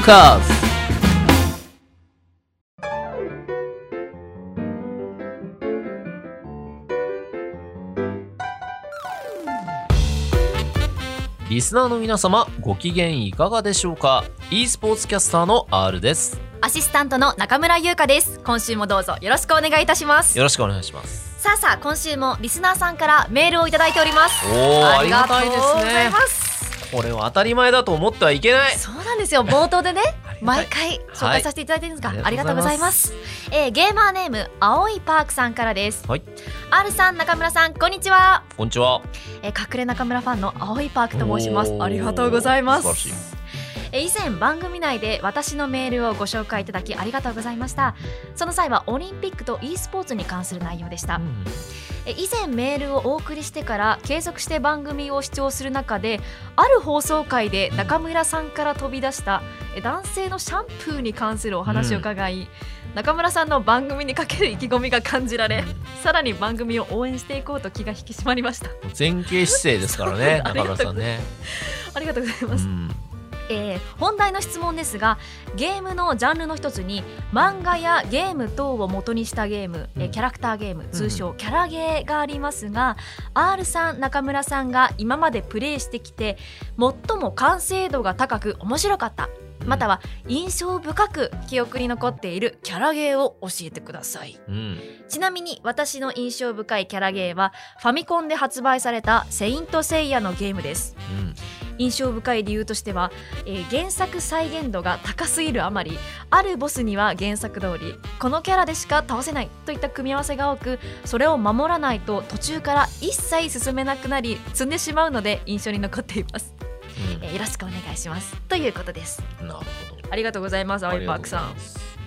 カーズ。リスナーの皆様、ご機嫌いかがでしょうか。 e スポーツキャスターの R です。 アシスタントの中村優香です。今週もどうぞよろしくお願いいたします。 よろしくお願いします。 さあ今週もリスナーさんからメールをいただいております。 ありがたいですね。 ありがとうございます。 これは当たり前だと思ってはいけない。 そうなんですよ。冒頭でね毎回紹介させていただいてるんですが、ありがとうございます。ゲーマーネーム青いパークさんからです。 はい、 R さん、中村さん、こんにちは。 こんにちは。 隠れ中村ファンの青いパークと申します。ありがとうございます。 素晴らしい。 以前番組内で私のメールをご紹介いただきありがとうございました。その際はオリンピックと e スポーツに関する内容でした。以前メールをお送りしてから継続して番組を視聴する中で、ある放送回で中村さんから飛び出した男性のシャンプーに関するお話を伺い、中村さんの番組にかける意気込みが感じられ、さらに番組を応援していこうと気が引き締まりました。 前傾姿勢ですからね中村さんね。 ありがとうございます。本題の質問ですが、ゲームのジャンルの一つに漫画やゲーム等を元にしたゲーム、キャラクターゲーム、通称キャラゲーがありますが、R さん、中村さんが今までプレイしてきて最も完成度が高く面白かった、または印象深く記憶に残っているキャラゲーを教えてください。ちなみに私の印象深いキャラゲーはファミコンで発売されたセイントセイヤのゲームです。印象深い理由としては、原作再現度が高すぎるあまり、あるボスには原作通りこのキャラでしか倒せないといった組み合わせが多く、それを守らないと途中から一切進めなくなり積んでしまうので印象に残っています。よろしくお願いしますということです。 なるほど、 ありがとうございます。青いパークさん。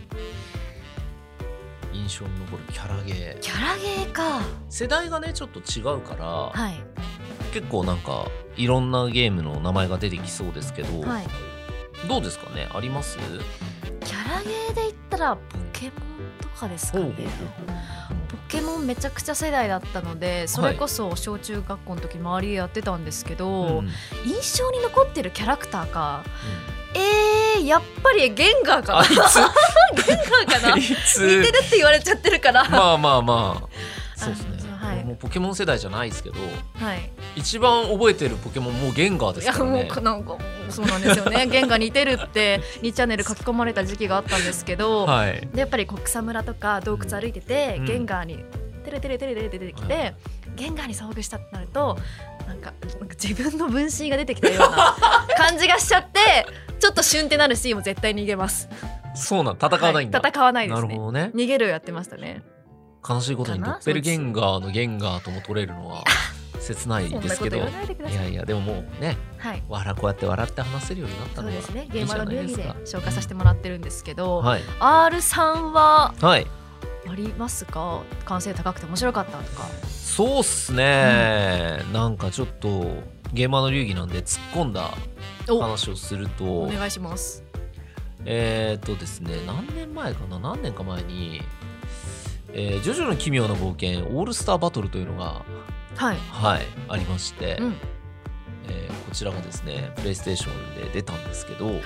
印象に残るキャラゲー。 キャラゲーか。 世代がねちょっと違うから、 はい、 結構なんかいろんなゲームの名前が出てきそうですけど、 はい、 どうですかね、あります？ キャラゲーで言ったらポケモンとかですかね。ポケモンめちゃくちゃ世代だったので、それこそ小中学校の時周りでやってたんですけど、印象に残ってるキャラクターか、やっぱりゲンガーかな。ゲンガーかな。似てるって言われちゃってるからまあそうですね。もうポケモン世代じゃないですけど、一番覚えてるポケモンもうゲンガーですからね。 いやもうなんかそうなんですよね。ゲンガー似てるって2チャンネル書き込まれた時期があったんですけど、でやっぱり草むらとか洞窟歩いてて、ゲンガーにテレテレテレテレ出てきて、ゲンガーに遭遇したってなるとなんか自分の分身が出てきたような感じがしちゃってちょっとシュンってなるシーンも絶対逃げます。 そうなん、戦わないんだ。 戦わないですね。 なるほどね。 逃げるをやってましたね。 悲しいことにドッペルゲンガーのゲンガーとも取れるのは切ないですけど、いやでももうね、こうやって笑って話せるようになったのは、そうですね、 ゲーマーの流儀で紹介させてもらってるんですけど、R さんはありますか？完成高くて面白かったとか。 そうっすね、なんかちょっとゲーマーの流儀なんで突っ込んだ話をすると、 お願いします。 ですね、何年か前にジョジョの奇妙な冒険オールスターバトルというのがありまして、こちらがですねプレイステーションで出たんですけど、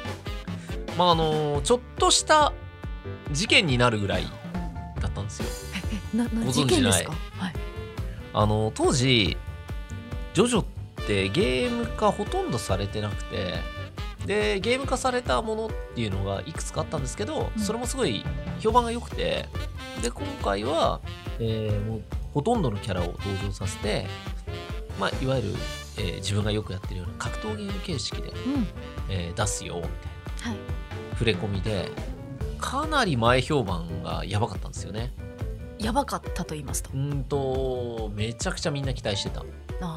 ちょっとした事件になるぐらいだったんですよ。ご存知ない？当時ジョジョってゲーム化ほとんどされてなくて、でゲーム化されたものっていうのがいくつかあったんですけど、それもすごい評判が良くて、で今回は、もうほとんどのキャラを登場させて、いわゆる、自分がよくやってるような格闘ゲーム形式で、出すよみたいな、触れ込みでかなり前評判がやばかったんですよね。 やばかったと言いますと、めちゃくちゃみんな期待してた。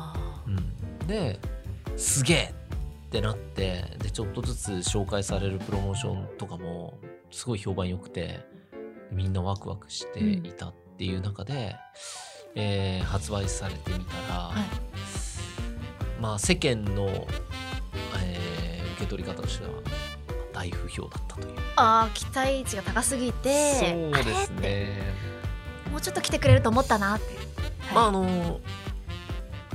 ですげえってなって、でちょっとずつ紹介されるプロモーションとかもすごい評判良くて、みんなワクワクしていたっていう中で、発売されてみたら、世間の、受け取り方としては大不評だったという。 期待値が高すぎて、 そうですね、 もうちょっと来てくれると思ったなって。 なんていうんで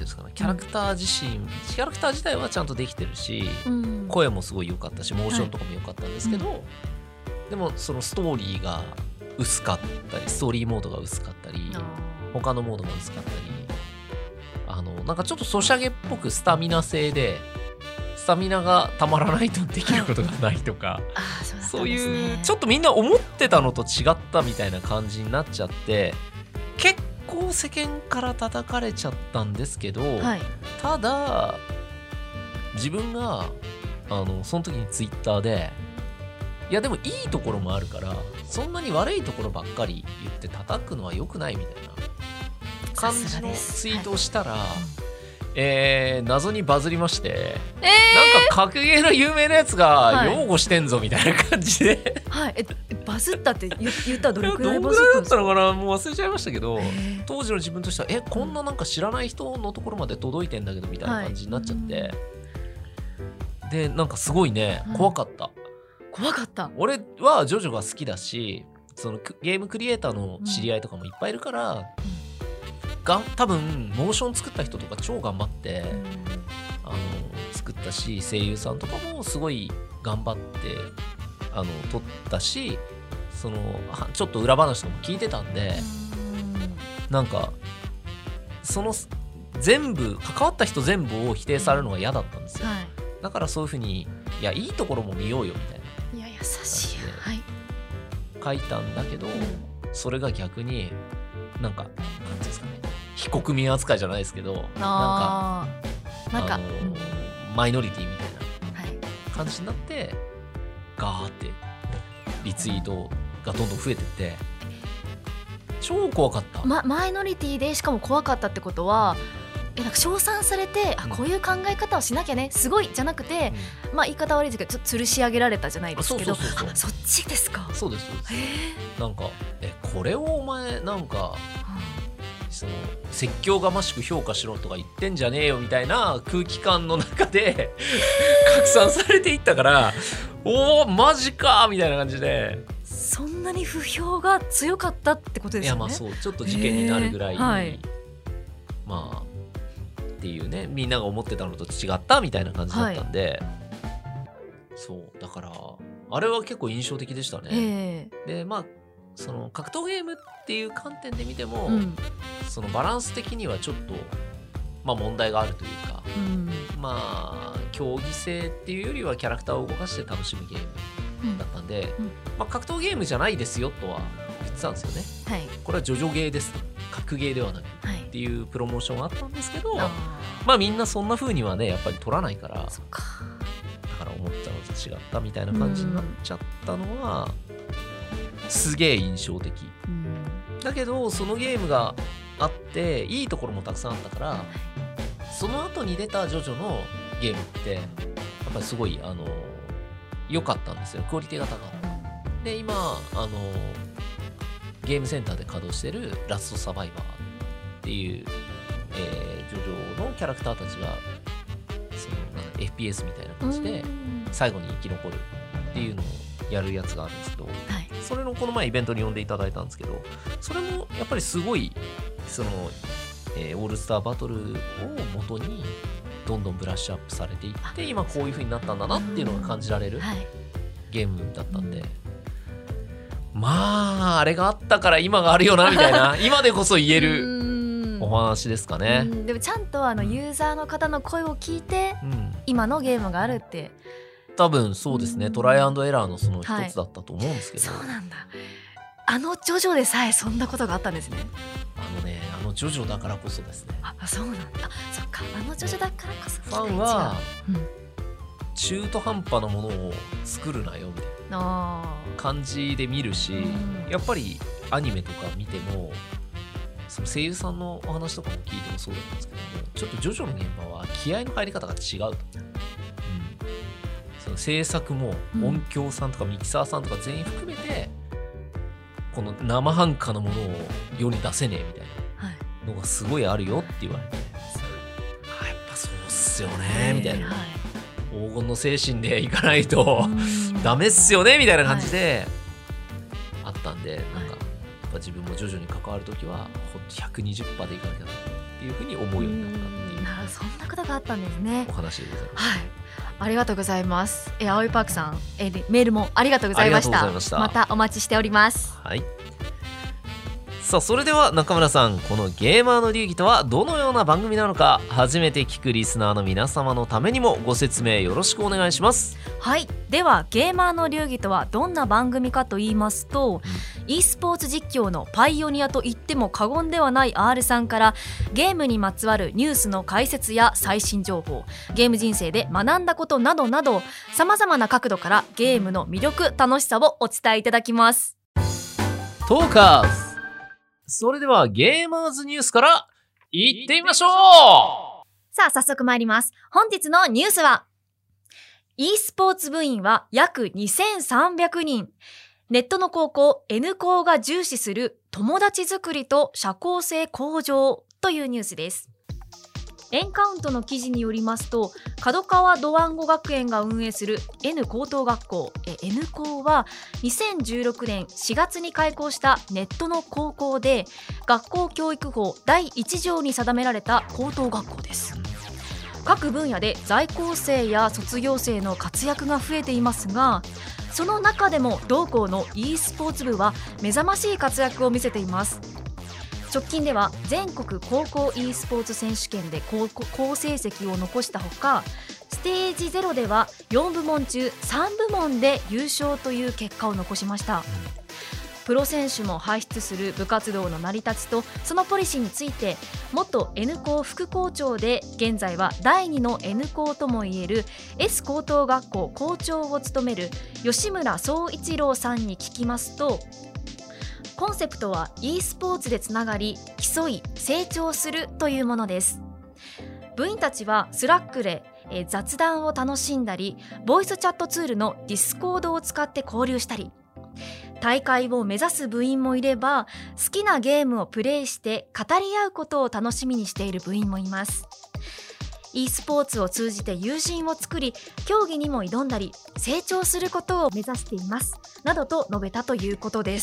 ですかね、キャラクターキャラクター自体はちゃんとできてるし、声もすごい良かったしモーションとかも良かったんですけど、でもそのストーリーが薄かったりストーリーモードが薄かったり他のモードが薄かったりなんかちょっとソシャゲっぽくスタミナ制でスタミナがたまらないとできることがないとか、そういうちょっとみんな思ってたのと違ったみたいな感じになっちゃって結構世間から叩かれちゃったんですけど、ただ自分がその時にツイッターでいやでもいいところもあるからそんなに悪いところばっかり言って叩くのは良くないみたいな感じのツイートをしたら、謎にバズりまして、なんか格ゲーの有名なやつが擁護してんぞみたいな感じで、 バズったって言ったらどれくらいバズったんですか？ どのくらいだったのかな、もう忘れちゃいましたけど、当時の自分としてはこんななんか知らない人のところまで届いてんだけどみたいな感じになっちゃって、でなんかすごいね怖かった。 怖かった。 俺はジョジョが好きだし、そのゲームクリエイターの知り合いとかもいっぱいいるから、多分モーション作った人とか超頑張って、作ったし声優さんとかもすごい頑張って撮ったし、そのちょっと裏話とかも聞いてたんで、なんかその全部関わった人全部を否定されるのが嫌だったんですよ、だからそういうふうにいやいいところも見ようよみたいな、 いや優しい、 書いたんだけど、それが逆になんかなんていうんですかね、非国民扱いじゃないですけど、なんかマイノリティみたいな感じになって、ガーってリツイートがどんどん増えてって超怖かった、 マイノリティでしかも怖かったってことはなんか称賛されて、こういう考え方をしなきゃねすごいじゃなくて、言い方悪いですけどちょっと吊るし上げられたじゃないですけど、そっちですか？ そうですなんかこれをお前なんか、その説教がましく評価しろとか言ってんじゃねえよみたいな空気感の中で拡散されていったから、おーマジかみたいな感じで、 そんなに不評が強かったってことですよね。 いやそうちょっと事件になるぐらい、っていうね、みんなが思ってたのと違ったみたいな感じだったんで、そうだからあれは結構印象的でしたね、でその格闘ゲームっていう観点で見ても、そのバランス的にはちょっと問題があるというか、競技性っていうよりはキャラクターを動かして楽しむゲームだったんで、格闘ゲームじゃないですよとは言ってたんですよね、これはジョジョゲーですと、格ゲーではなくっていうプロモーションがあったんですけど、みんなそんな風にはねやっぱり取らないから、だから思ったのと違ったみたいな感じになっちゃったのは、すげえ印象的、だけどそのゲームがあっていいところもたくさんあったから、その後に出たジョジョのゲームってやっぱりすごい良かったんですよ、クオリティが高かった。で今ゲームセンターで稼働してるラストサバイバーっていう、ジョジョのキャラクターたちがそのFPS みたいな感じで最後に生き残るっていうのをやるやつがあるんですけど、それのこの前イベントに呼んでいただいたんですけど、それもやっぱりすごいその、オールスターバトルを元にどんどんブラッシュアップされていって、今こういう風になったんだなっていうのが感じられるゲームだったんで、あれがあったから今があるよなみたいな今でこそ言えるお話ですかね。 でもちゃんとユーザーの方の声を聞いて、今のゲームがあるって多分そうですね、トライアンドエラーのその一つだったと思うんですけど、 そうなんだ。ジョジョでさえそんなことがあったんですね。 ジョジョだからこそですね。 そうなんだ。そっか、ジョジョだからこそファンは中途半端なものを作るなよみたいな感じで見るし、やっぱりアニメとか見てもその声優さんのお話とかも聞いてもそうだったんですけども、ちょっとジョジョの現場は気合の入り方が違うと、その制作も音響さんとかミキサーさんとか全員含めて、この生半可なものを世に出せねえみたいなのがすごいあるよって言われて、やっぱそうっすよねみたいな、黄金の精神でいかないとダメっすよねみたいな感じであったんで、なんかやっぱ自分も徐々に関わるときはほんと 120% でいかなきゃなっていうふうに思うようになったっていうなことがあったんですね。 お話でございます。 はい、ありがとうございます。青いパークさん、メールもありがとうございました。またお待ちしております。 はい。さあ、それでは中村さん、このゲーマーの流儀とはどのような番組なのか、初めて聞くリスナーの皆様のためにもご説明よろしくお願いします。 はい、ではゲーマーの流儀とはどんな番組かと言いますと、e スポーツ実況のパイオニアと言っても過言ではない R さんから、ゲームにまつわるニュースの解説や最新情報、ゲーム人生で学んだことなどなど、さまざまな角度からゲームの魅力、楽しさをお伝えいただきます。 トーカーズ。それではゲーマーズニュースからいってみましょう。 さあ、早速参ります。本日のニュースは、e スポーツ部員は約2300人。ネットの高校 N 校が重視する友達作りと社交性向上というニュースです。エンカウントの記事によりますと、角川ドワンゴ学園が運営する N 高等学校 N 校は2016年4月に開校したネットの高校で、学校教育法第1条に定められた高等学校です。各分野で在校生や卒業生の活躍が増えていますが、その中でも同校の e スポーツ部は目覚ましい活躍を見せています。直近では全国高校 e スポーツ選手権で好成績を残したほか、ステージ0では4部門中3部門で優勝という結果を残しました。プロ選手も輩出する部活動の成り立ちとそのポリシーについて、元 N 校副校長で現在は第2の N 校ともいえる S 高等学校校長を務める吉村総一郎さんに聞きますと、コンセプトは e スポーツでつながり、競い、成長するというものです。部員たちはスラックで雑談を楽しんだり、ボイスチャットツールのディスコードを使って交流したり、大会を目指す部員もいれば、好きなゲームをプレイして語り合うことを楽しみにしている部員もいます。e スポーツを通じて友人を作り、競技にも挑んだり成長することを目指していますなどと述べたということです。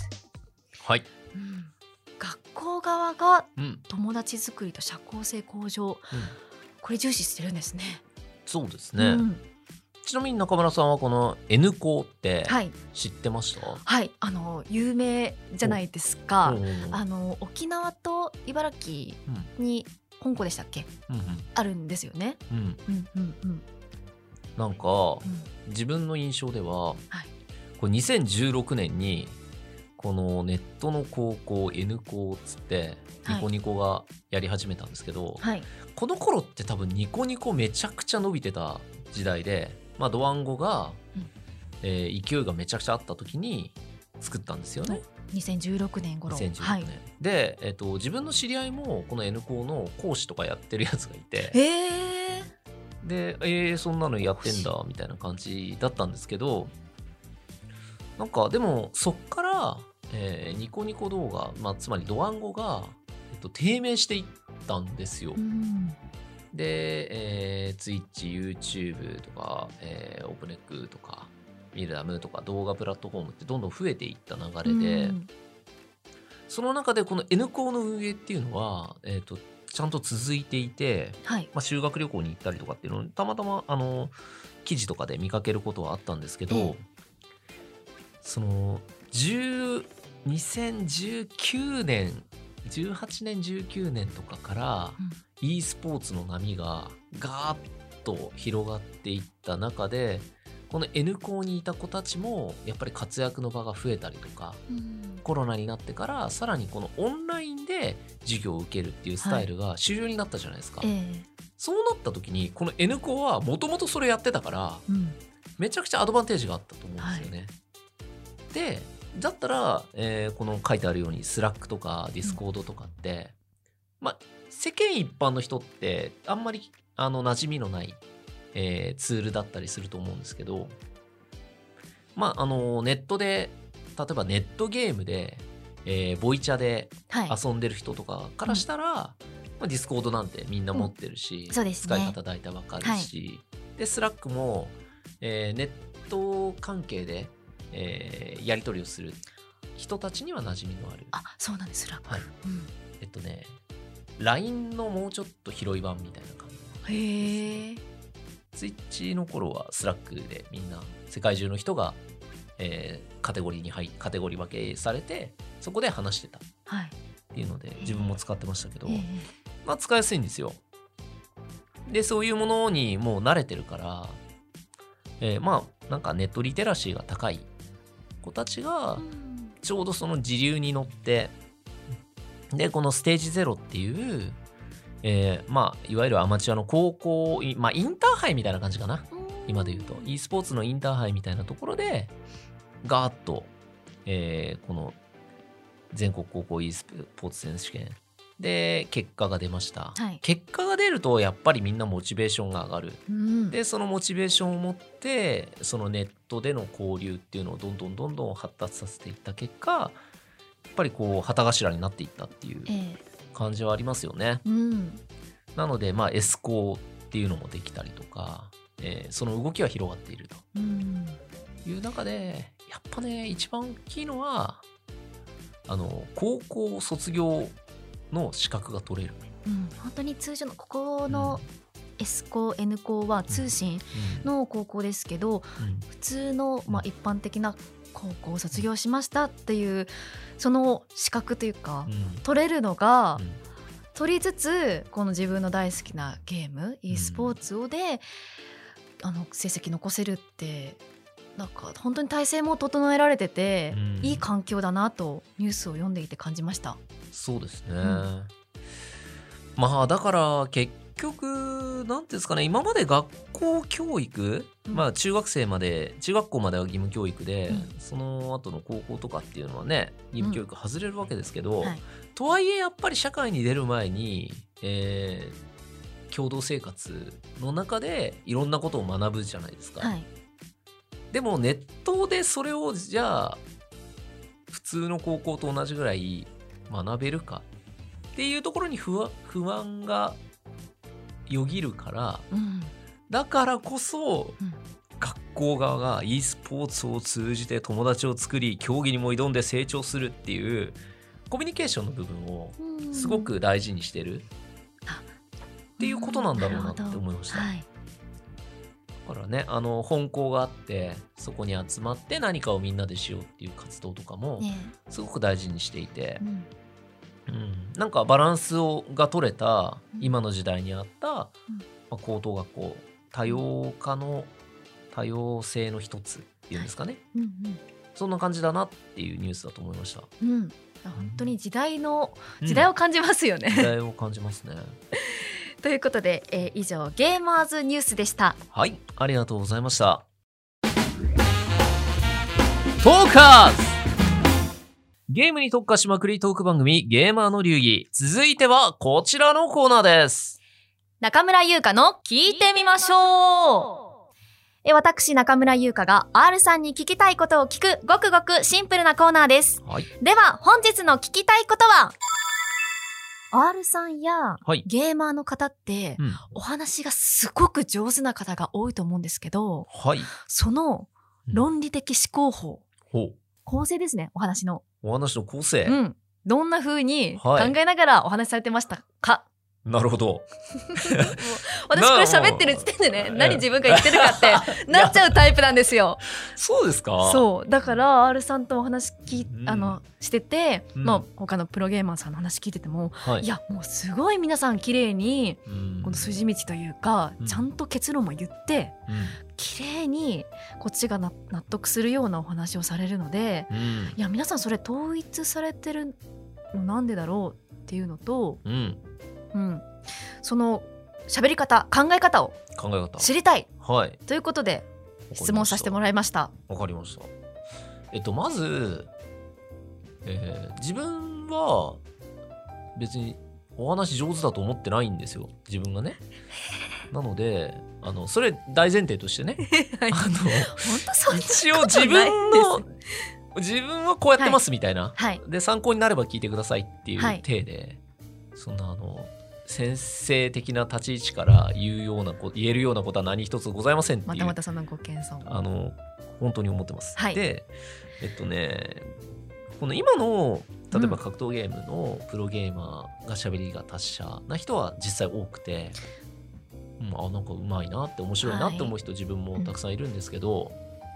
はい、 学校側が友達作りと社交性向上、これ重視してるんですね。 そうですね、ちなみに中村さんはこの N 校って知ってました？ はい、有名じゃないですか。沖縄と茨城に本校でしたっけ、あるんですよね。 なんか、自分の印象では、これ2016年にこのネットの高校 N 校っつってニコニコがやり始めたんですけど、この頃って多分ニコニコめちゃくちゃ伸びてた時代で、ドワンゴが、勢いがめちゃくちゃあった時に作ったんですよね。 2016年頃。 2016年、で、自分の知り合いもこの N 校の講師とかやってるやつがいて、で、そんなのやってんだみたいな感じだったんですけど、なんかでもそっから、ニコニコ動画、つまりドワンゴが、低迷していったんですよ。で、Twitch、YouTube とか、オープネックとかミラムとか動画プラットフォームってどんどん増えていった流れで、その中でこの N 校の運営っていうのは、ちゃんと続いていて、修学旅行に行ったりとかっていうのをたまたま記事とかで見かけることはあったんですけど、その2019年18年19年とかから、e スポーツの波がガーッと広がっていった中で、この N 校にいた子たちもやっぱり活躍の場が増えたりとか、コロナになってからさらにこのオンラインで授業を受けるっていうスタイルが主流になったじゃないですか。そうなった時にこの N 校はもともとそれやってたから、めちゃくちゃアドバンテージがあったと思うんですよね。でだったら、この書いてあるようにスラックとかディスコードとかって、世間一般の人ってあんまり馴染みのない、ツールだったりすると思うんですけど、ネットで例えばネットゲームで、ボイチャで遊んでる人とかからしたら、ディスコードなんてみんな持ってるし、使い方大体わかるし、でスラックも、ネット関係でやり取りをする人たちには馴染みのある。 そうなんです。ラック、 LINE のもうちょっと広い版みたいな感じ。 へえ。 ツイッチの頃はスラックでみんな世界中の人が、カテゴリー分けされてそこで話してたっていうので、自分も使ってましたけど、まあ、使いやすいんですよ。でそういうものにもう慣れてるから、まあなんかネットリテラシーが高い子たちがちょうどその時流に乗って、でこのステージ0っていう、まあいわゆるアマチュアの高校、まあインターハイみたいな感じかな、今で言うと e スポーツのインターハイみたいなところでガーッと、この全国高校 e スポーツ選手権で結果が出ました、はい、結果が出るとやっぱりみんなモチベーションが上がる、でそのモチベーションを持ってそのネットでの交流っていうのをどんどん発達させていった結果、やっぱりこう旗頭になっていったっていう感じはありますよね、なのでまあ S 校っていうのもできたりとか、その動きは広がっているという中で、やっぱね一番大きいのは高校卒業の資格が取れる、 本当に通常のここの S 校 N 校は通信の高校ですけど、普通の、まあ、一般的な高校を卒業しましたっていうその資格というか、取れるのが、取りつつこの自分の大好きなゲーム e スポーツをで、成績残せるってなんか本当に体制も整えられてて、いい環境だなとニュースを読んでいて感じました。 そうですね、まあだから結局なんていうんですかね、今まで学校教育、まあ中学校までは義務教育で、その後の高校とかっていうのはね義務教育外れるわけですけど、とはいえやっぱり社会に出る前に、共同生活の中でいろんなことを学ぶじゃないですか、でもネットでそれをじゃあ普通の高校と同じぐらい学べるかっていうところに不安がよぎるから、だからこそ、学校側が e スポーツを通じて友達を作り競技にも挑んで成長するっていうコミュニケーションの部分をすごく大事にしてるっていうことなんだろうなって思いました、だからね本校があってそこに集まって何かをみんなでしようっていう活動とかもすごく大事にしていて、なんかバランスが取れた今の時代にあった、高等学校多様化の多様性の一つっていうんですかね、そんな感じだなっていうニュースだと思いました、 本当に時代を感じますよね、 時代を感じますねということで、以上ゲーマーズニュースでした。 はい、ありがとうございました。トーカーズ、ゲームに特化しまくりトーク番組ゲーマーの流儀、続いてはこちらのコーナーです。 中村優香の聞いてみましょう。私中村優香が R さんに聞きたいことを聞くごくごくシンプルなコーナーです、では本日の聞きたいことは、R さんやゲーマーの方って、お話がすごく上手な方が多いと思うんですけど、その論理的思考法、構成ですね、お話の構成、 どんな風に考えながらお話しされてましたか？ なるほど私これ喋ってる時点でね、何自分が言ってるかってなっちゃうタイプなんですよ。 そうですか。 そうだから R さんとお話してて、他のプロゲーマーさんの話聞いてても、いやもうすごい皆さん綺麗にこの筋道というか、ちゃんと結論も言って、綺麗にこっちが納得するようなお話をされるので、いや皆さんそれ統一されてるのなんでだろうっていうのと、その喋り方、考え方を知りたい、ということで質問させてもらいました。 わかりました。まず、自分は別にお話上手だと思ってないんですよ、自分がね。なのでそれ大前提としてね一応自分はこうやってますみたいな、で参考になれば聞いてくださいっていう体で、そんな先生的な立ち位置から言えるようなことは何一つございませんっていう、 またそのご謙遜を本当に思ってます、でこの今の例えば格闘ゲームのプロゲーマーが喋りが達者な人は実際多くて、 なんかうまいなって面白いなって思う人、自分もたくさんいるんですけど、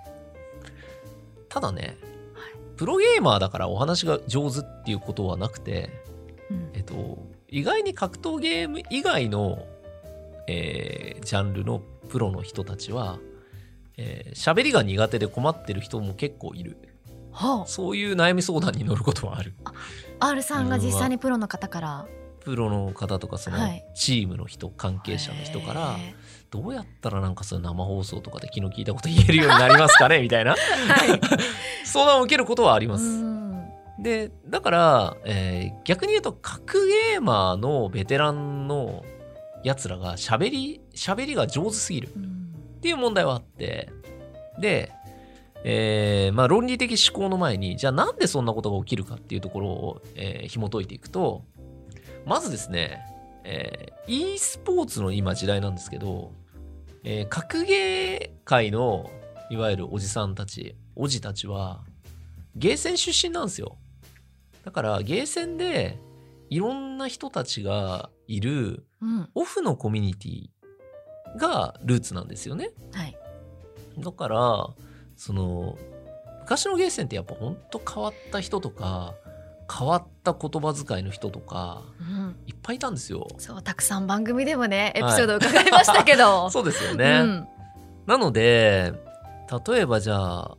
ただね、プロゲーマーだからお話が上手っていうことはなくて、意外に格闘ゲーム以外の、ジャンルのプロの人たちは喋りが苦手で困ってる人も結構いる、そういう悩み相談に乗ることはある。 R さんが実際にプロの方から、 プロの方とかそのチームの人、関係者の人からどうやったらなんかそういう生放送とかで気の利いたこと言えるようになりますかねみたいな相談を受けることはあります。でだから、逆に言うと格ゲーマーのベテランのやつらが喋りが上手すぎるっていう問題はあって、で、論理的思考の前にじゃあなんでそんなことが起きるかっていうところを、紐解いていくと、まずですね、e スポーツの今時代なんですけど、格ゲー界のいわゆるおじさんたち、おじたちはゲーセン出身なんですよ。だからゲーセンでいろんな人たちがいるオフのコミュニティがルーツなんですよね。だからその昔のゲーセンってやっぱほんと変わった人とか変わった言葉遣いの人とか、いっぱいいたんですよ。 そうたくさん番組でもねエピソード伺いましたけど、 そうですよね、なので例えばじゃあ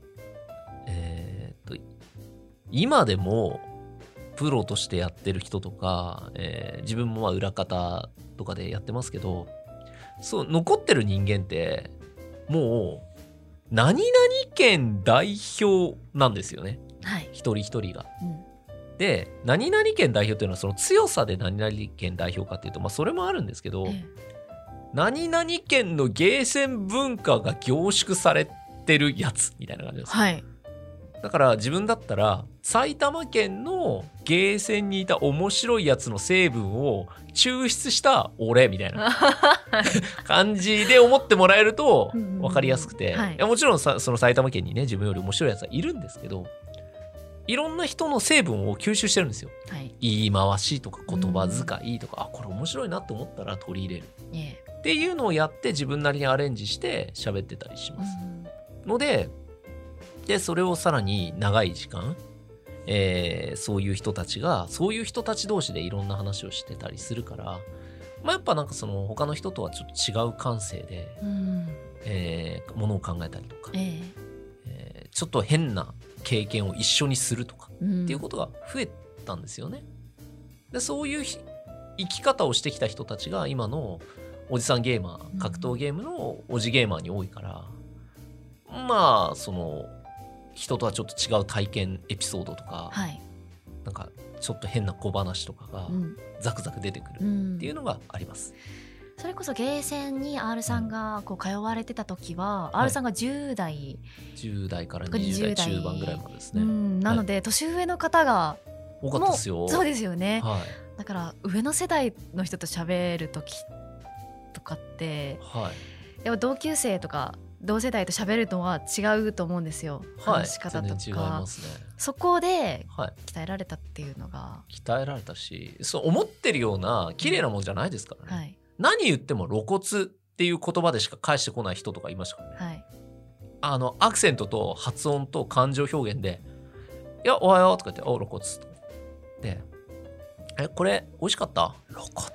今でもプロとしてやってる人とか、自分も裏方とかでやってますけど、そう残ってる人間ってもう何々県代表なんですよね、一人一人が。で何々県代表っていうのはその強さで何々県代表かっていうと、それもあるんですけど、何々県のゲーセン文化が凝縮されてるやつみたいな感じです、だから自分だったら埼玉県のゲーセンにいた面白いやつの成分を抽出した俺みたいな感じで思ってもらえると分かりやすくて、いやもちろんその埼玉県にね自分より面白いやつはいるんですけど、いろんな人の成分を吸収してるんですよ、言い回しとか言葉遣いとか、これ面白いなと思ったら取り入れる、っていうのをやって自分なりにアレンジして喋ってたりします、のでそれをさらに長い時間、そういう人たちがそういう人たち同士でいろんな話をしてたりするから、やっぱなんかその他の人とはちょっと違う感性で、ものを考えたりとか、ちょっと変な経験を一緒にするとか、っていうことが増えたんですよね。でそういう生き方をしてきた人たちが今のおじさんゲーマー、格闘ゲームのおじゲーマーに多いから、その人とはちょっと違う体験エピソードとか、なんかちょっと変な小話とかがザクザク出てくるっていうのがあります、 それこそゲーセンに R さんがこう通われてた時は、R さんが10代から20代中盤ぐらいまでですね、 なので年上の方が多かったですよ。 そうですよね、だから上の世代の人と喋る時とかって、やっぱ同級生とか同世代と喋るのは違うと思うんですよ、話し方とか。 全然違いますね。 そこで鍛えられたっていうのが、 鍛えられたし、そう思ってるような綺麗なもんじゃないですからね、何言っても露骨っていう言葉でしか返してこない人とかいましたからね、アクセントと発音と感情表現でいやおはようとか言って露骨で、これ美味しかった露骨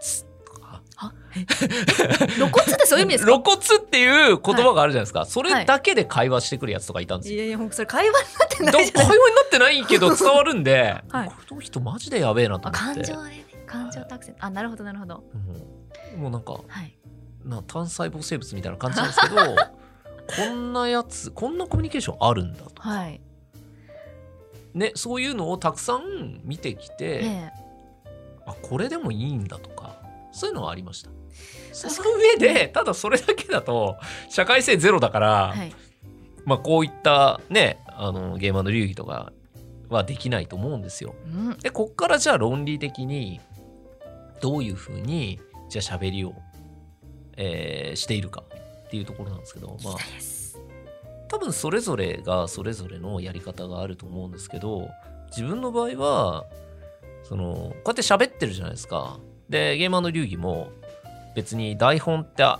露骨ってそういう意味ですか？ 露骨っていう言葉があるじゃないですか、それだけで会話してくるやつとかいたんですよ。 いやそれ会話になってないじゃないですか。 会話になってないけど伝わるんで、この人マジでやべえなと思って。 感情でね、感情とアクセント、なるほどなるほど、 もうなんか、単細胞生物みたいな感じなんですけどこんなやつ、こんなコミュニケーションあるんだとか、ね、そういうのをたくさん見てきて、これでもいいんだとか、そういうのはありました。その上でただそれだけだと社会性ゼロだから、こういったねゲーマーの流儀とかはできないと思うんですよ、でこっからじゃあ論理的にどういうふうにじゃあ喋りを、しているかっていうところなんですけど、多分それぞれがそれぞれのやり方があると思うんですけど、自分の場合はこうやって喋ってるじゃないですか。でゲーマーの流儀も別に台本って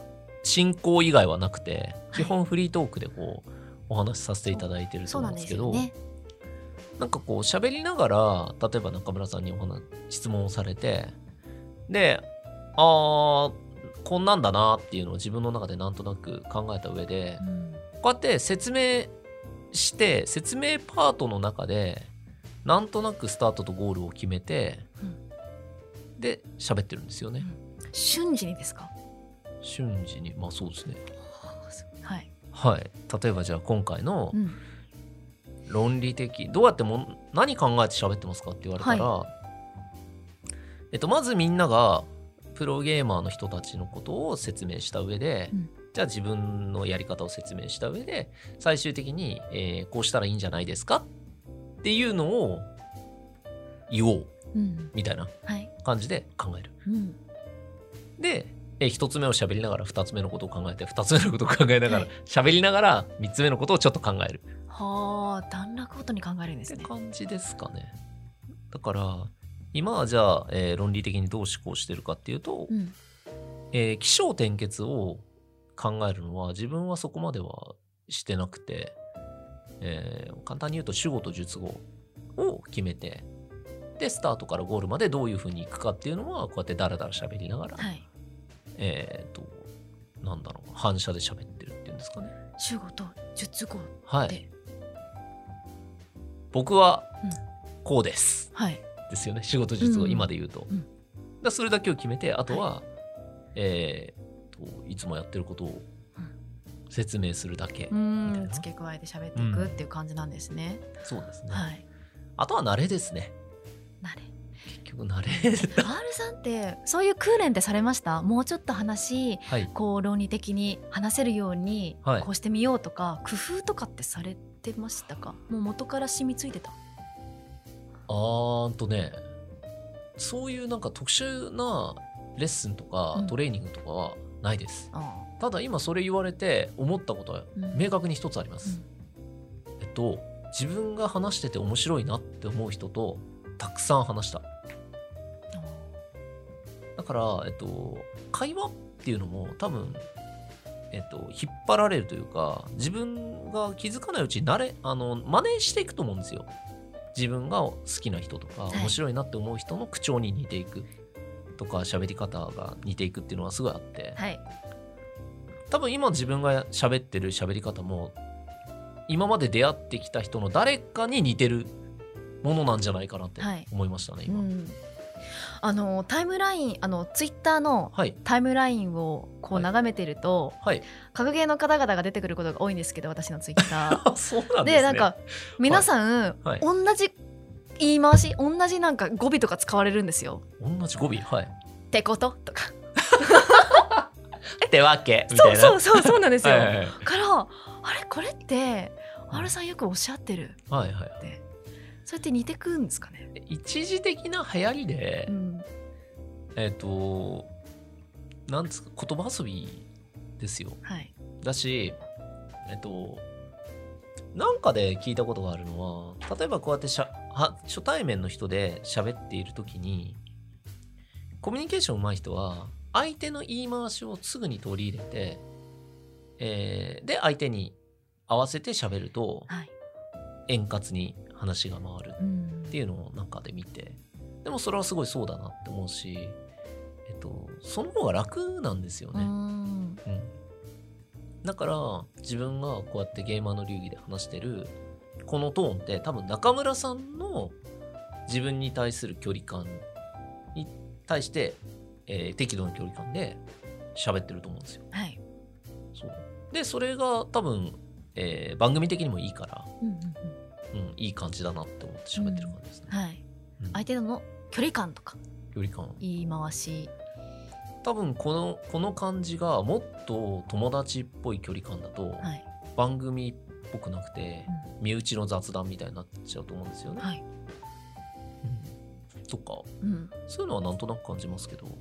進行以外はなくて、基本フリートークでこうお話しさせていただいてると思うんですけど、なんかこう喋りながら、例えば中村さんに質問をされて、で、こんなんだなっていうのを自分の中でなんとなく考えた上で、こうやって説明して、説明パートの中でなんとなくスタートとゴールを決めて、で喋ってるんですよね。 瞬時にですか？ 瞬時に、まあそうですね。 はい、 はい、例えばじゃあ今回の論理的、どうやって何考えて喋ってますかって言われたら、まずみんながプロゲーマーの人たちのことを説明した上で、じゃあ自分のやり方を説明した上で、最終的に、こうしたらいいんじゃないですかっていうのを言おう、みたいな感じで考える。で、1つ目を喋りながら2つ目のことを考えて、2つ目のことを考えながら喋りながら3つ目のことをちょっと考える。 はあ、段落ごとに考えるんですね。 って感じですかね。だから今はじゃあ、論理的にどう思考してるかっていうと、起承転結を考えるのは自分はそこまではしてなくて、簡単に言うと主語と述語を決めて、でスタートからゴールまでどういうふうにいくかっていうのはこうやってダラダラ喋りながら、なんだろう、反射で喋ってるっていうんですかね。 主語と述語って、 はい、僕はこうです、ですよね。主語と述語、今で言うと、だそれだけを決めて、あとは、いつもやってることを説明するだけみたいな、 付け加えて喋っていくっていう感じなんですね。 そうですね。あとは慣れですね。 慣れ、 結局慣れ。 R さんってそういう訓練ってされました？もうちょっと話、こう論理的に話せるようにこうしてみようとか、工夫とかってされてましたか？もう元から染みついてた？ ね、そういうなんか特殊なレッスンとかトレーニングとかはないです。ただ今それ言われて思ったことは明確に一つあります。自分が話してて面白いなって思う人とたくさん話した。だから、会話っていうのも多分、引っ張られるというか、自分が気づかないうちに真似していくと思うんですよ。自分が好きな人とか面白いなって思う人の口調に似ていくとか、喋り方が似ていくっていうのはすごいあって、多分今自分が喋ってる喋り方も今まで出会ってきた人の誰かに似てるものなんじゃないかなって思いましたね、今。 タイムライン、ツイッターのタイムラインをこう眺めてると、格ゲーの方々が出てくることが多いんですけど、私のツイッターそうなんですね。 で、なんか皆さん、同じ言い回し、同じなんか語尾とか使われるんですよ。 同じ語尾、 ってこととかってわけみたいな。 そうなんですよ。からあれ、これって R さんよくおっしゃってるって、そうやって似てくんですかね。 一時的な流行りで、なんですか、言葉遊びですよ。だし、なんかで聞いたことがあるのは、例えばこうやって初対面の人で喋っているときに、コミュニケーション上手い人は相手の言い回しをすぐに取り入れて、で相手に合わせて喋ると、円滑に話が回るっていうのをなんかで見て、でもそれはすごいそうだなって思うし、その方が楽なんですよね。だから自分がこうやってゲーマーの流儀で話してるこのトーンって多分中村さんの自分に対する距離感に対して、適度な距離感で喋ってると思うんですよ。そうで、それが多分、番組的にもいいから、いい感じだなって思って喋ってる感じですね。相手の距離感とか言い回し、多分この感じがもっと友達っぽい距離感だと、番組っぽくなくて、身内の雑談みたいになっちゃうと思うんですよね。とか、そういうのはなんとなく感じますけど、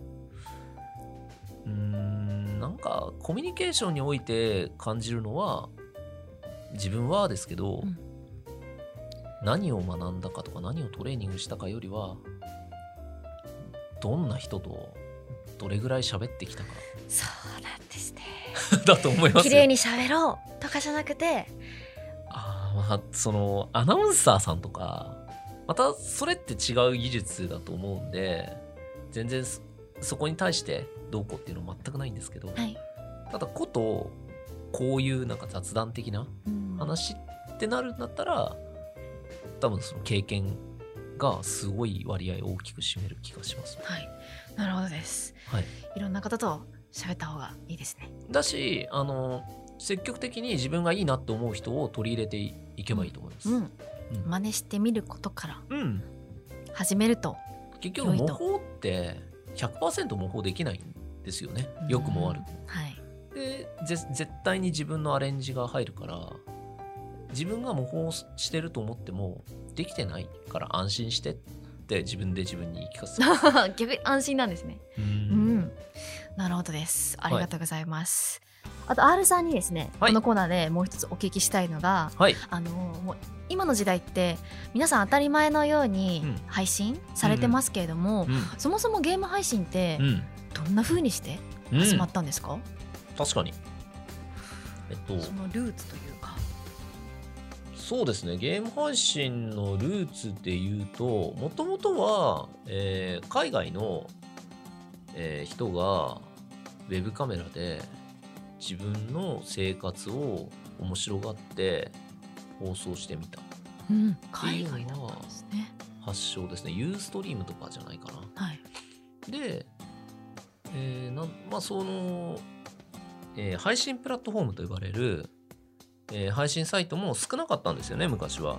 なんかコミュニケーションにおいて感じるのは、自分はですけど、何を学んだかとか何をトレーニングしたかよりは、どんな人とどれぐらい喋ってきたかそうなんですねだと思いますよ。 綺麗に喋ろうとかじゃなくて、 まあそのアナウンサーさんとかまたそれって違う技術だと思うんで、全然そこに対してどうこうっていうのは全くないんですけど、 はい、 ただことこういうなんか雑談的な話ってなるんだったら、多分その経験がすごい割合大きく占める気がします。 はい、なるほどです。はい、いろんな方と喋った方がいいですね。 だし積極的に自分がいいなって思う人を取り入れていけばいいと思います。 真似してみることから始めると、 結局模倣って 100% 模倣できないんですよね。良くも悪くも。はい、で絶対に自分のアレンジが入るから、自分が模倣してると思ってもできてないから安心してって自分で自分に言い聞かせる逆に安心なんですね。なるほどです。ありがとうございます。あと R さんにですね、このコーナーでもう一つお聞きしたいのが、もう今の時代って皆さん当たり前のように配信されてますけれども、そもそもゲーム配信ってどんな風にして始まったんですか？ 確かに、 そのルーツというか。 そうですね、ゲーム配信のルーツでいうと、もともとは、海外の、人がウェブカメラで自分の生活を面白がって放送してみたっていうのが発祥ですね。ユーストリームとかじゃないかな。はい、で、その、配信プラットフォームと呼ばれる、配信サイトも少なかったんですよね、昔は。はい、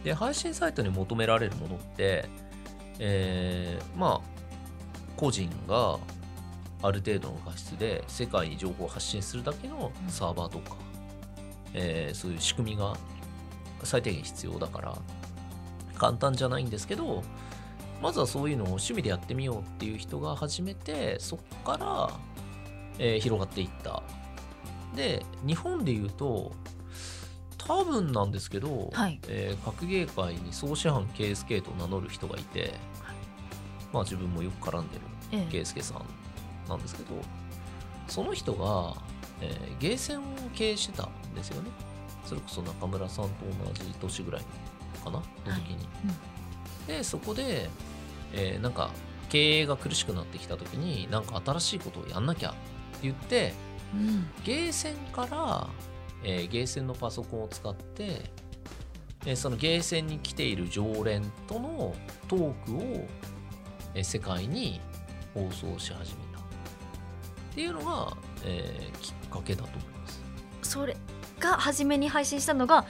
で配信サイトに求められるものって、個人がある程度の画質で世界に情報を発信するだけのサーバーとか、そういう仕組みが最低限必要だから簡単じゃないんですけど、まずはそういうのを趣味でやってみようっていう人が始めて、そこから、広がっていった。で日本でいうと多分なんですけど、格ゲー界に総師範ケイスケと名乗る人がいて、自分もよく絡んでるケイスケさんなんですけど、その人が、ゲーセンを経営してたんですよね。それこそ中村さんと同じ年ぐらいかなの時に、でそこで、なんか経営が苦しくなってきた時に、なんか新しいことをやんなきゃって言って、ゲーセンから、ゲーセンのパソコンを使って、そのゲーセンに来ている常連とのトークを、世界に放送し始めたっていうのが、きっかけだと思います。 それが初めに配信したのが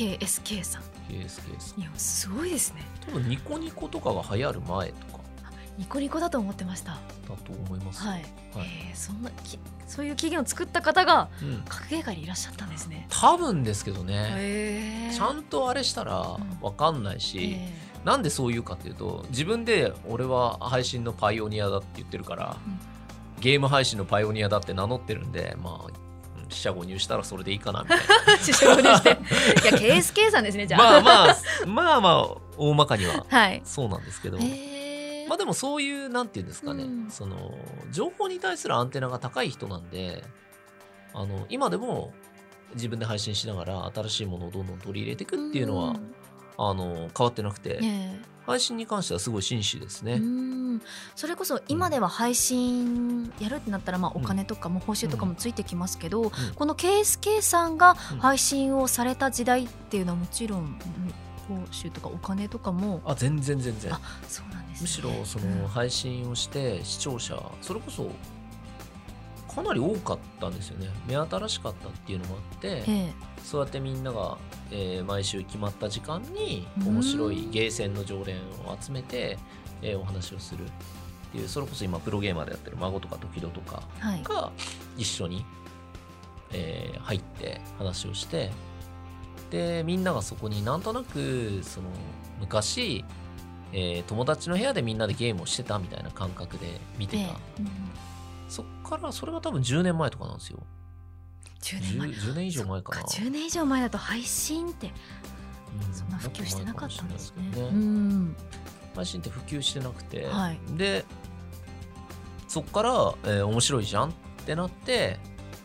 KSK さん。 KSK さん、 いやすごいですね。 多分ニコニコとかが流行る前とか。 ニコニコだと思ってました。 だと思います。 はい。そういう起源を作った方が格ゲー界にいらっしゃったんですね。 多分ですけどね。ちゃんとあれしたら分かんないし、なんでそう言うかっていうと、自分で俺は配信のパイオニアだって言ってるから、ゲーム配信のパイオニアだって名乗ってるんで、四捨五入したらそれでいいかなみたいな。 四捨五入して。いや KSK さんですね。じゃあまあ大まかにはそうなんですけど。でもそういうなんていうんですかね、その情報に対するアンテナが高い人なんで、今でも自分で配信しながら新しいものをどんどん取り入れていくっていうのは変わってなくて、配信に関してはすごい真摯ですね。 それこそ今では配信やるってなったら、お金とかも報酬とかもついてきますけど、この KSK さんが配信をされた時代っていうのはもちろん報酬とかお金とかも全然そうなんですね。 むしろその配信をして視聴者それこそかなり多かったんですよね。目新しかったっていうのもあって、そうやってみんなが、毎週決まった時間に面白いゲーセンの常連を集めて、お話をするっていう、それこそ今プロゲーマーでやってる孫とか時々とかが一緒に、入って話をして、でみんながそこになんとなくその昔、友達の部屋でみんなでゲームをしてたみたいな感覚で見てた、そっからそれが多分10年前とかなんですよ。10年以上前かな。 10年以上前だと配信ってそんな普及してなかったんですね。 配信って普及してなくて、でそっから、面白いじゃんっってなって、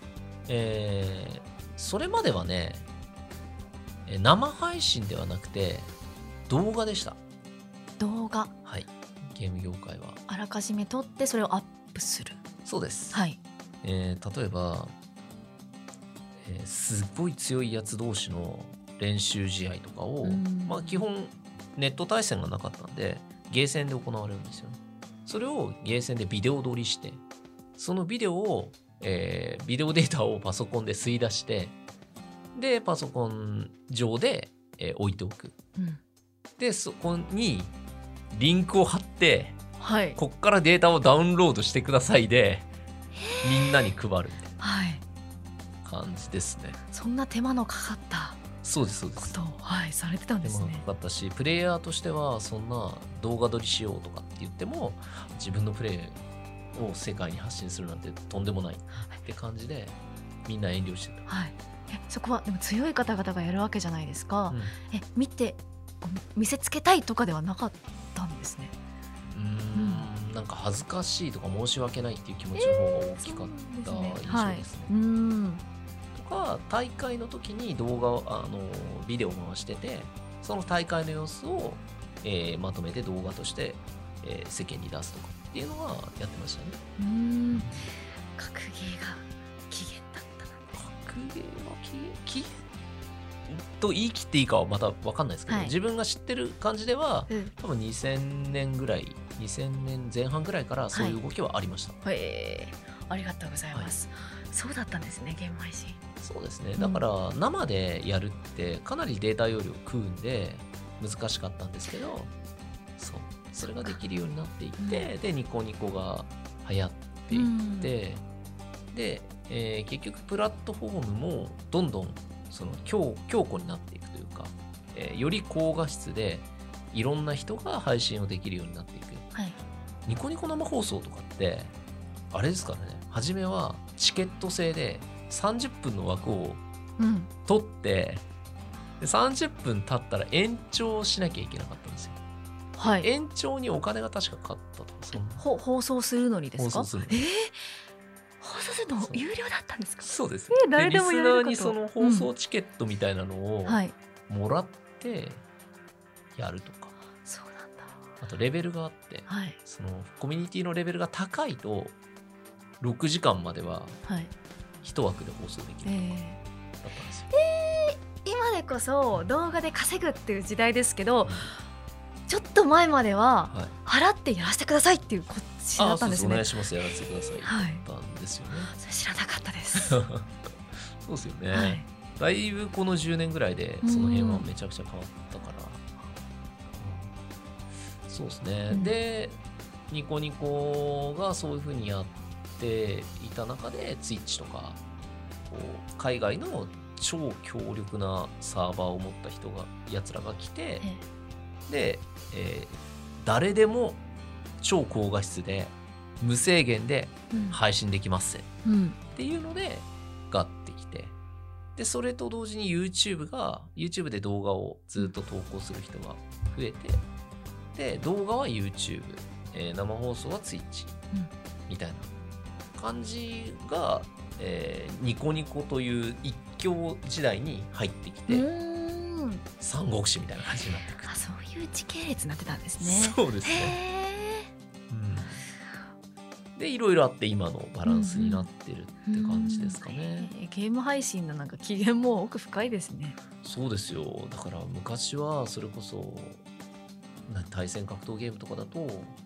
それまではね、生配信ではなくて動画でした。 動画。 はい。ゲーム業界はあらかじめ撮ってそれをアップする。 そうです。 はい。 例えば、すごい強いやつ同士の練習試合とかを、まあ基本ネット対戦がなかったんでゲーセンで行われるんですよね。それをゲーセンでビデオ撮りして、そのビデオを、ビデオデータをパソコンで吸い出して、でパソコン上で、置いておく、でそこにリンクを貼って、 はい、 こっからデータをダウンロードしてくださいでみんなに配るみたいな感じですね。 そんな手間のかかったそうですそうですことを、はい、されてたんですね。 手間がかかったし、プレイヤーとしてはそんな動画撮りしようとかって言っても自分のプレイを世界に発信するなんてとんでもないって感じでみんな遠慮してた、 はい、そこはでも強い方々がやるわけじゃないですか、見せつけたいとかではなかったんですね。 なんか恥ずかしいとか申し訳ないっていう気持ちの方が大きかった印象ですね。とか大会の時に動画をビデオを回してて、その大会の様子を、まとめて動画として、世間に出すとかっていうのはやってましたね。 格ゲーが起源だったな。 格ゲーは起源と言い切っていいかはまた分かんないですけど、はい、自分が知ってる感じでは、多分2000年ぐらい2000年前半ぐらいからそういう動きはありました。 ありがとうございます、そうだったんですね、ゲーム配信。 そうですね、だから生でやるってかなりデータ容量食うんで難しかったんですけど、それができるようになっていって、でニコニコが流行っていって、で、結局プラットフォームもどんどんその強固になっていくというか、より高画質でいろんな人が配信をできるようになっていく、ニコニコ生放送とかってあれですからね、初めはチケット制で30分の枠を取って、で30分経ったら延長しなきゃいけなかったんですよ。延長にお金が確かかかったとか、そんな放送するのにですか？ 放送するの有料だったんですか？ そうです。 誰でもやるかと。 リスナーにその放送チケットみたいなのをもらってやるとか、 そうなんだ。 あとレベルがあって、そのコミュニティのレベルが高いと6時間までは1枠で放送できるとかだったんですよ。 今でこそ動画で稼ぐっていう時代ですけど、ちょっと前までは払ってやらせてくださいっていうこっちだったんですね。 お願いします、やらせてくださいだったんですよね。 それ知らなかったですそうですよね、だいぶこの10年ぐらいでその辺はめちゃくちゃ変わったから、そうですね、でニコニコがそういう風にやっていた中でツイッチとかこう海外の超強力なサーバーを持ったやつらが来て、で、誰でも超高画質で無制限で配信できますっていうのでガッてきて、でそれと同時に YouTube で動画をずっと投稿する人が増えて、で動画は YouTube、生放送は Twitch みたいな感じが、ニコニコという一強時代に入ってきて、三国志みたいな感じになってくる。 そういう時系列になってたんですね。 そうですね。でいろいろあって今のバランスになってるって感じですかね。 ゲーム配信のなんか起源も奥深いですね。 そうですよ。だから昔はそれこそ対戦格闘ゲームとかだと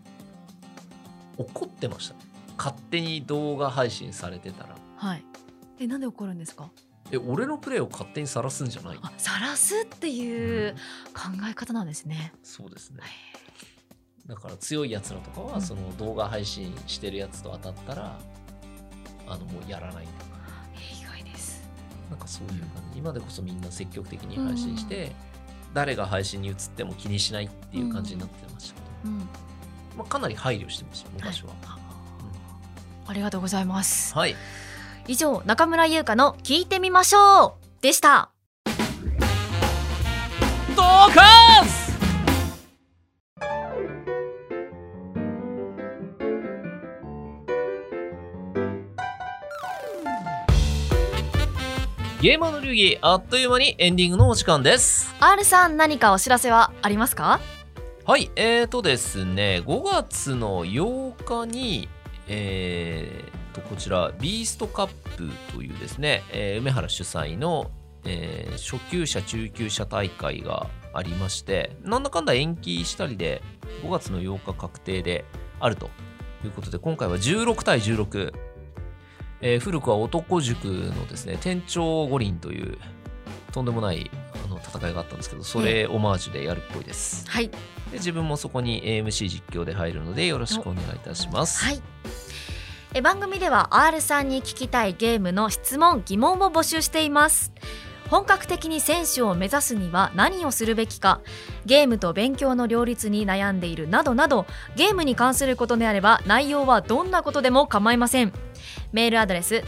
怒ってましたね。勝手に動画配信されてたら。 なんで怒るんですか？ 俺のプレイを勝手に晒すんじゃない？ 晒すっていう考え方なんですね。 そうですね。だから強いやつらとかはその動画配信してるやつと当たったら、もうやらないとか。 意外です。 なんかそういう感じ。今でこそみんな積極的に配信して、誰が配信に移っても気にしないっていう感じになってましたけど、かなり配慮してました昔は。 ありがとうございます。 はい。 以上、中村優香の聞いてみましょうでした。 ドーカス。 ゲーマーの流儀、あっという間にエンディングのお時間です。 R さん、何かお知らせはありますか？ はい、ですね、5月の8日にこちらビーストカップというですね、梅原主催の、初級者中級者大会がありまして、なんだかんだ延期したりで5月の8日確定であるということで、今回は16対16、古くは男塾のですね店長五輪というとんでもない戦いがあったんですけど、それオマージュでやるっぽいです。 はい。 で自分もそこに MC 実況で入るのでよろしくお願いいたします。 はい。番組では R さんに聞きたいゲームの質問疑問を募集しています。本格的に選手を目指すには何をするべきか、ゲームと勉強の両立に悩んでいるなどなど、ゲームに関することであれば内容はどんなことでも構いません。メールアドレス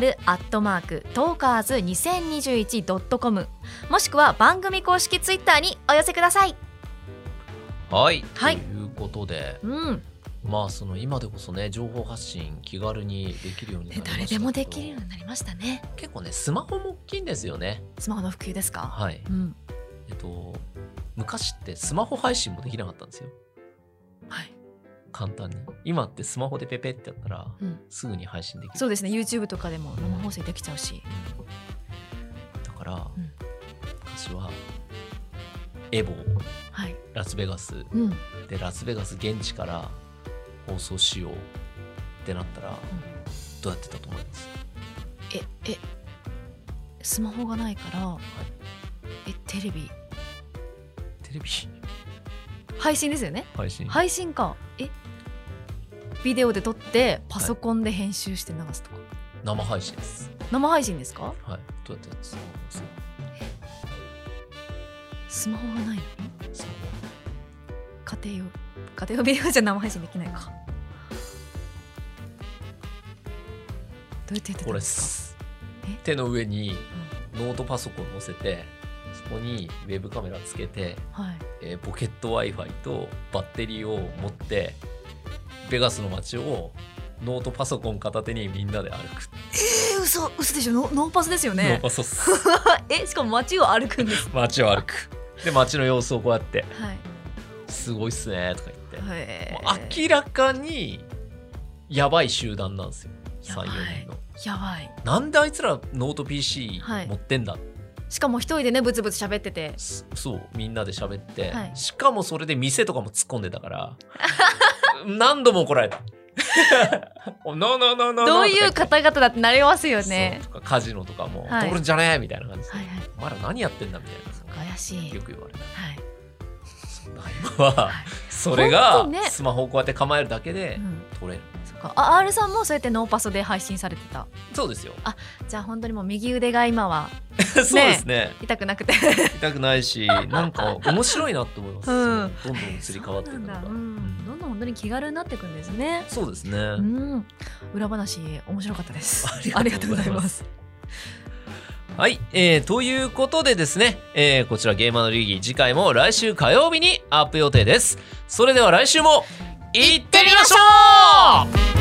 r@talkers2021.com もしくは番組公式ツイッターにお寄せください。 はい、 はい、 ということで、まあその今でこそね情報発信気軽にできるようになりましたけど、 誰でもできるようになりましたね。 結構ねスマホも大きいんですよね。 スマホの普及ですか？ はい、昔ってスマホ配信もできなかったんですよ。 はい、 簡単に。今ってスマホでペペってやったら、すぐに配信できる。 そうですね、 YouTube とかでも生放送できちゃうし、 だから、昔はエボ、ラスベガス、でラスベガス現地から放送しようってなったら、どうやってたと思います？ スマホがないから、テレビ配信ですよね。配信か。ビデオで撮ってパソコンで編集して流すとか、 生配信です。 生配信ですか？ はい。どうやってやってたと思います？ スマホがないのにスマホ家庭用ビデオじゃ生配信できないか。どうやってやってたんですか？ 手の上にノートパソコン載せて、そこにウェブカメラつけて、ポケット Wi-Fi とバッテリーを持ってベガスの街をノートパソコン片手にみんなで歩く。 嘘でしょ。ノーパスですよね。 ノーパスっす。 しかも街を歩くんです。 街を歩く。で街の様子をこうやって、すごいっすねとか言って、明らかにやばい集団なんですよ。3、4人の。 やばい。 なんであいつらノート PC 持ってんだ、 しかも一人でねブツブツ喋ってて、 そうみんなで喋って、しかもそれで店とかも突っ込んでたから何度も怒られた。どういう方々だってなりますよね。 とかカジノとかも通るんじゃねえみたいな感じで、お前ら何やってんだみたいな、 怪しいよく言われた。今はそれがスマホをこうやって構えるだけで撮れる。 R さんもそうやってノーパソで配信されてた？そうですよ。 じゃあ本当にもう右腕が今はそうですね、 痛くなくて痛くないし、なんか面白いなって思います。どんどん移り変わっていくのが、どんどん本当に気軽になっていくんですね。 そうですね。 裏話面白かったです。ありがとうございます。 はい、ということでですね、こちらゲーマーの流儀、次回も来週火曜日にアップ予定です。それでは来週も行ってみましょう。